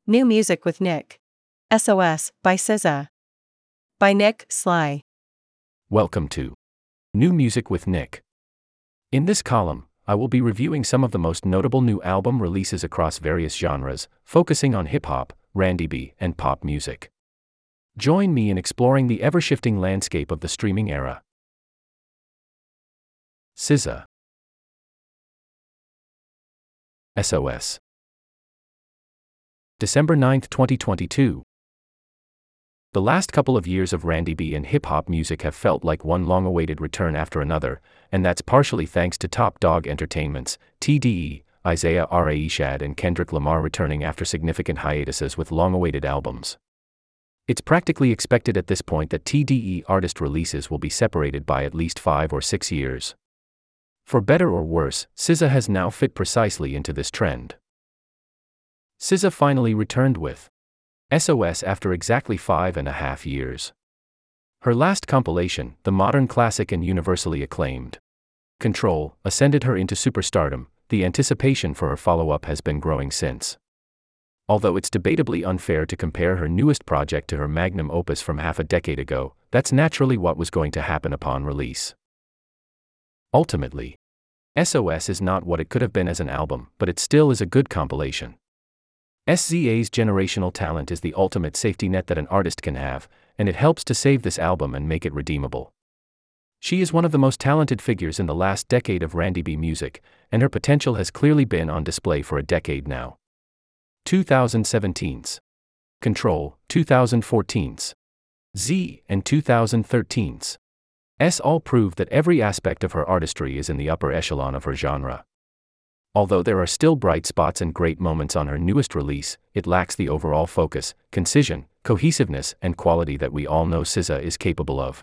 New Music with Nick. SOS, by SZA. By Nick Sly. Welcome to New Music with Nick. In this column, I will be reviewing some of the most notable new album releases across various genres, focusing on hip-hop, R&B, and pop music. Join me in exploring the ever-shifting landscape of the streaming era. SZA. SOS. December 9, 2022. The last couple of years of R&B and hip-hop music have felt like one long-awaited return after another, and that's partially thanks to Top Dawg Entertainment's TDE, Isaiah Rashad and Kendrick Lamar returning after significant hiatuses with long-awaited albums. It's practically expected at this point that TDE artist releases will be separated by at least 5 or 6 years. For better or worse, SZA has now fit precisely into this trend. SZA finally returned with SOS after exactly 5.5 years. Her last compilation, the modern classic and universally acclaimed Control, ascended her into superstardom. The anticipation for her follow-up has been growing since. Although it's debatably unfair to compare her newest project to her magnum opus from half a decade ago, that's naturally what was going to happen upon release. Ultimately, SOS is not what it could have been as an album, but it still is a good compilation. SZA's generational talent is the ultimate safety net that an artist can have, and it helps to save this album and make it redeemable. She is one of the most talented figures in the last decade of R&B music, and her potential has clearly been on display for a decade now. 2017's Control, 2014's Z, and 2013's S all prove that every aspect of her artistry is in the upper echelon of her genre. Although there are still bright spots and great moments on her newest release, it lacks the overall focus, concision, cohesiveness, and quality that we all know SZA is capable of.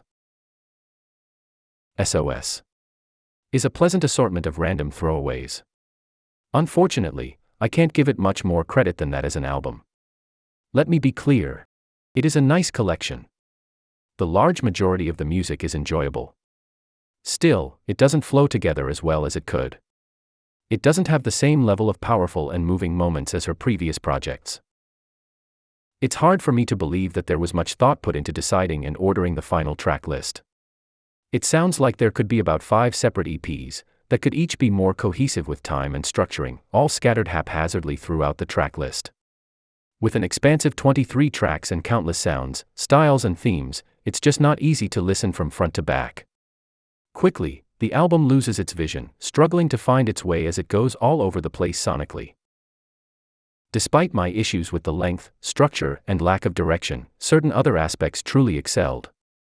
SOS is a pleasant assortment of random throwaways. Unfortunately, I can't give it much more credit than that as an album. Let me be clear. It is a nice collection. The large majority of the music is enjoyable. Still, it doesn't flow together as well as it could. It doesn't have the same level of powerful and moving moments as her previous projects. It's hard for me to believe that there was much thought put into deciding and ordering the final track list. It sounds like there could be about 5 separate EPs that could each be more cohesive with time and structuring, all scattered haphazardly throughout the track list. With an expansive 23 tracks and countless sounds, styles and themes, it's just not easy to listen from front to back. Quickly, the album loses its vision, struggling to find its way as it goes all over the place sonically. Despite my issues with the length, structure, and lack of direction, certain other aspects truly excelled.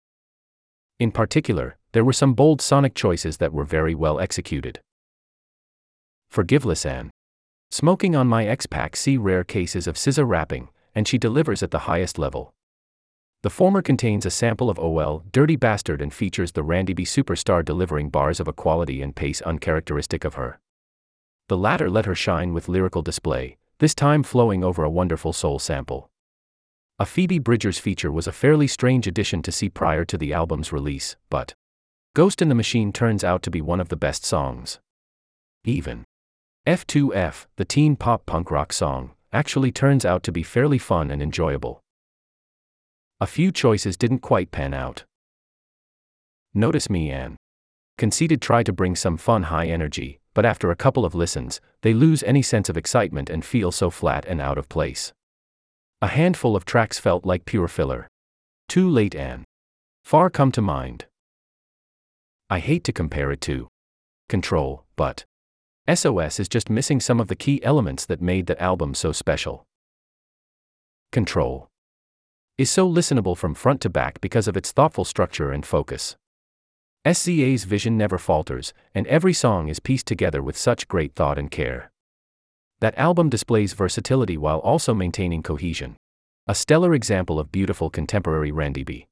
In particular, there were some bold sonic choices that were very well executed. Forgiveless and Smoking on My X-Pac see rare cases of SZA rapping, and she delivers at the highest level. The former contains a sample of OL, Dirty Bastard, and features the R&B superstar delivering bars of a quality and pace uncharacteristic of her. The latter let her shine with lyrical display, this time flowing over a wonderful soul sample. A Phoebe Bridgers feature was a fairly strange addition to see prior to the album's release, but Ghost in the Machine turns out to be one of the best songs. Even F2F, the teen pop punk rock song, actually turns out to be fairly fun and enjoyable. A few choices didn't quite pan out. Notice Me and Conceited try to bring some fun high energy, but after a couple of listens, they lose any sense of excitement and feel so flat and out of place. A handful of tracks felt like pure filler. Too Late and Far come to mind. I hate to compare it to Control, but SOS is just missing some of the key elements that made the album so special. Control is so listenable from front to back because of its thoughtful structure and focus. SZA's vision never falters, and every song is pieced together with such great thought and care. That album displays versatility while also maintaining cohesion. A stellar example of beautiful contemporary R&B.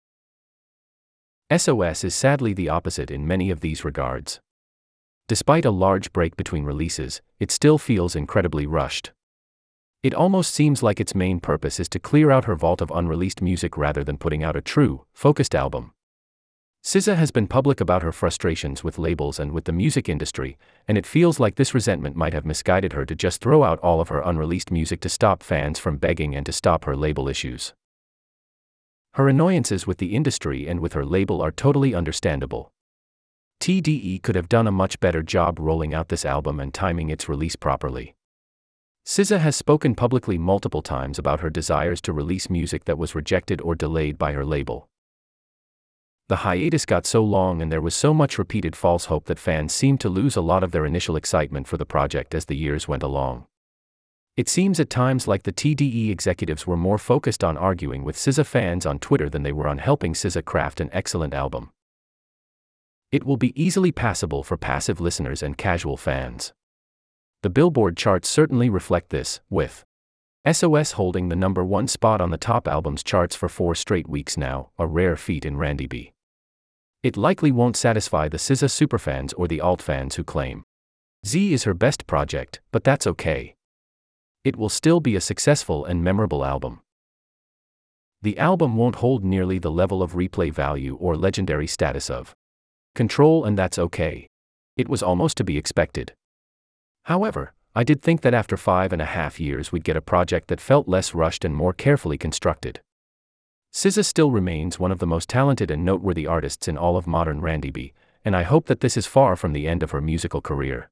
SOS is sadly the opposite in many of these regards. Despite a large break between releases, it still feels incredibly rushed. It almost seems like its main purpose is to clear out her vault of unreleased music rather than putting out a true, focused album. SZA has been public about her frustrations with labels and with the music industry, and it feels like this resentment might have misguided her to just throw out all of her unreleased music to stop fans from begging and to stop her label issues. Her annoyances with the industry and with her label are totally understandable. TDE could have done a much better job rolling out this album and timing its release properly. SZA has spoken publicly multiple times about her desires to release music that was rejected or delayed by her label. The hiatus got so long and there was so much repeated false hope that fans seemed to lose a lot of their initial excitement for the project as the years went along. It seems at times like the TDE executives were more focused on arguing with SZA fans on Twitter than they were on helping SZA craft an excellent album. It will be easily passable for passive listeners and casual fans. The Billboard charts certainly reflect this, with SOS holding the #1 spot on the top albums charts for 4 straight weeks now, a rare feat in Randy B. It likely won't satisfy the SZA superfans or the alt fans who claim Z is her best project, but that's okay. It will still be a successful and memorable album. The album won't hold nearly the level of replay value or legendary status of Control, and that's okay. It was almost to be expected. However, I did think that after 5.5 years we'd get a project that felt less rushed and more carefully constructed. SZA still remains one of the most talented and noteworthy artists in all of modern Randy B, and I hope that this is far from the end of her musical career.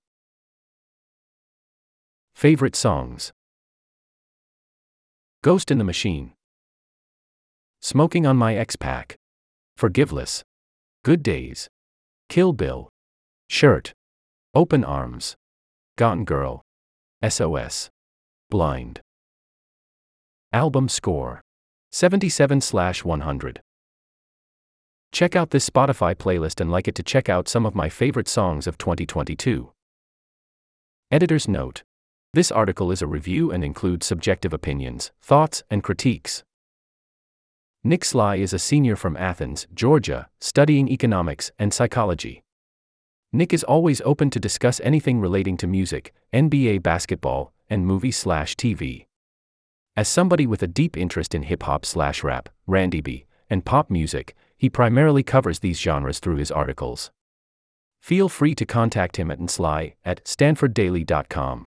Favorite songs: Ghost in the Machine, Smoking on My X-Pac, Forgiveless, Good Days, Kill Bill, Shirt, Open Arms, Gone Girl, SOS, Blind. Album score: 77/100. Check out this Spotify playlist and like it to check out some of my favorite songs of 2022. Editor's note: this article is a review and includes subjective opinions, thoughts, and critiques. Nick Sly is a senior from Athens, Georgia, studying economics and psychology. Nick is always open to discuss anything relating to music, NBA basketball, and movies/TV. As somebody with a deep interest in hip-hop/rap, Randy B, and pop music, he primarily covers these genres through his articles. Feel free to contact him at nsly@stanforddaily.com.